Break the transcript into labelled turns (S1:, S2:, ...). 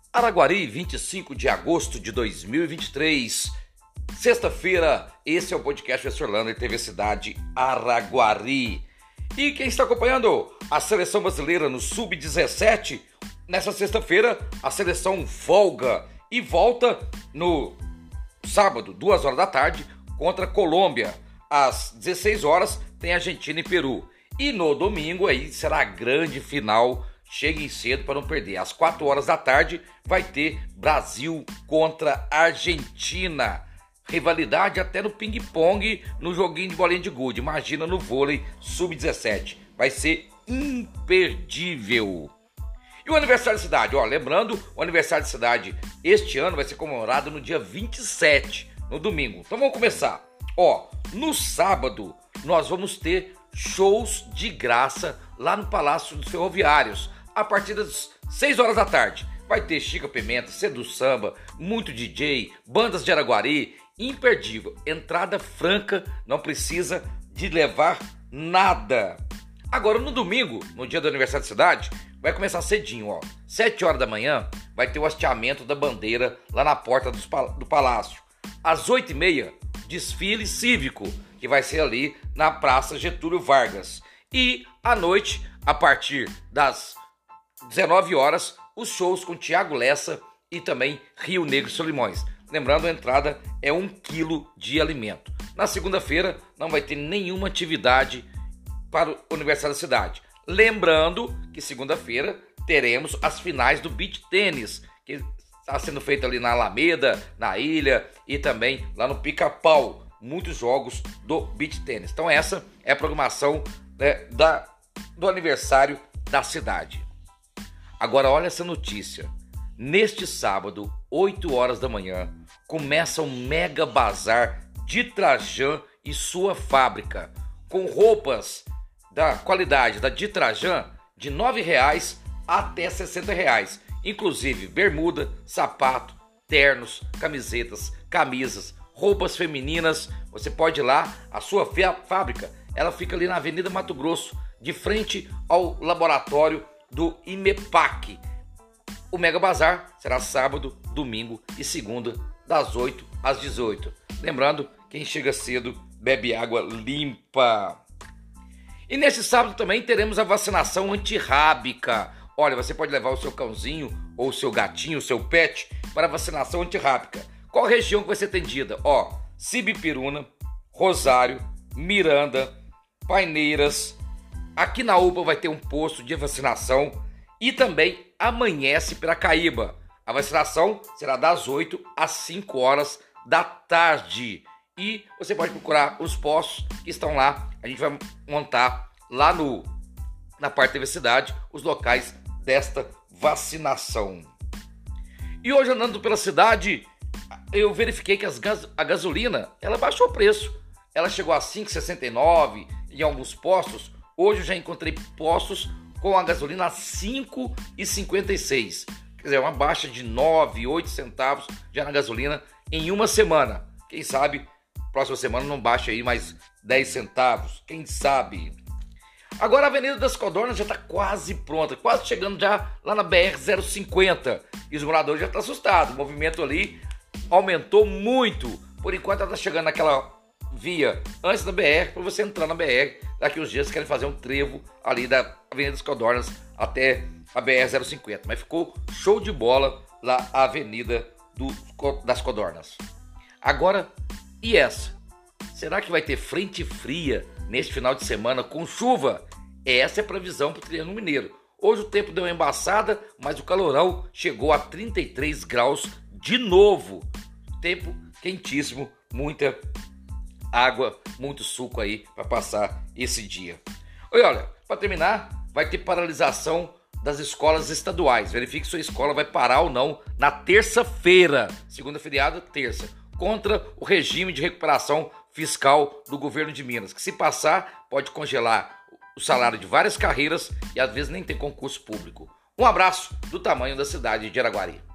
S1: Araguari, 25 de agosto de 2023, sexta-feira. Esse é o podcast Professor Lander, TV Cidade Araguari. E quem está acompanhando a seleção brasileira no Sub-17, nessa sexta-feira a seleção folga e volta no sábado, 2 horas da tarde, contra a Colômbia. Às 16 horas tem Argentina e Peru. E no domingo aí será a grande final. Cheguem cedo para não perder. Às 4 horas da tarde vai ter Brasil contra Argentina. Rivalidade até no ping-pong, no joguinho de bolinha de gude. Imagina no vôlei sub-17. Vai ser imperdível. E o aniversário da cidade? Lembrando, o aniversário da cidade este ano vai ser comemorado no dia 27, no domingo. Então vamos começar. No sábado nós vamos ter shows de graça lá no Palácio dos Ferroviários. A partir das 6 horas da tarde vai ter Chica Pimenta, Sedu Samba, muito DJ, bandas de Araguari, imperdível, entrada franca, não precisa de levar nada. Agora no domingo, no dia do aniversário da cidade, vai começar cedinho, 7 horas da manhã vai ter o hasteamento da bandeira lá na porta do palácio. Às 8h30, desfile cívico, que vai ser ali na Praça Getúlio Vargas. E à noite, a partir das 19 horas, os shows com Tiago Lessa e também Rio Negro e Solimões. Lembrando, a entrada é 1 quilo de alimento. Na segunda-feira não vai ter nenhuma atividade para o aniversário da cidade. Lembrando que segunda-feira teremos as finais do beach tênis, que está sendo feito ali na Alameda, na Ilha e também lá no Pica-Pau. Muitos jogos do beach tênis. Então essa é a programação do aniversário da cidade. Agora olha essa notícia. Neste sábado, 8 horas da manhã, começa um mega bazar de Trajan e sua fábrica, com roupas da qualidade da Trajan de R$ 9,00 até R$ 60,00, inclusive bermuda, sapato, ternos, camisetas, camisas, roupas femininas. Você pode ir lá, a sua fábrica, ela fica ali na Avenida Mato Grosso, de frente ao laboratório do IMEPAC. O Mega Bazar será sábado, domingo e segunda, das 8 às 18. Lembrando, quem chega cedo bebe água limpa. E nesse sábado também teremos a vacinação antirrábica. Olha, você pode levar o seu cãozinho ou o seu gatinho, o seu pet, para a vacinação antirrábica. Qual região que vai ser atendida? Sibipiruna, Rosário, Miranda, Paineiras. Aqui na UPA vai ter um posto de vacinação e também Amanhece Piracaíba. A vacinação será das 8 às 5 horas da tarde. E você pode procurar os postos que estão lá. A gente vai montar lá na parte da cidade os locais desta vacinação. E hoje, andando pela cidade, eu verifiquei que a gasolina ela baixou o preço. Ela chegou a R$ 5,69 em alguns postos. Hoje eu já encontrei postos com a gasolina a R$ 5,56. Quer dizer, uma baixa de 9, 8 centavos já na gasolina em uma semana. Quem sabe, próxima semana não baixa aí mais 10 centavos. Quem sabe? Agora a Avenida das Codornas já está quase pronta, quase chegando já lá na BR-050. E os moradores já estão assustados. O movimento ali aumentou muito. Por enquanto ela está chegando naquela via antes da BR, para você entrar na BR. Daqui uns dias querem fazer um trevo ali da Avenida das Codornas até a BR-050. Mas ficou show de bola lá a Avenida das Codornas. Agora, e essa? Será que vai ter frente fria neste final de semana com chuva? Essa é a previsão para o Triângulo Mineiro. Hoje o tempo deu uma embaçada, mas o calorão chegou a 33 graus de novo. Tempo quentíssimo, muita água, muito suco aí para passar esse dia. Olha, para terminar, vai ter paralisação das escolas estaduais. Verifique se sua escola vai parar ou não na terça-feira, segunda feriado, terça, contra o regime de recuperação fiscal do governo de Minas, que se passar pode congelar o salário de várias carreiras e às vezes nem tem concurso público. Um abraço do tamanho da cidade de Araguari.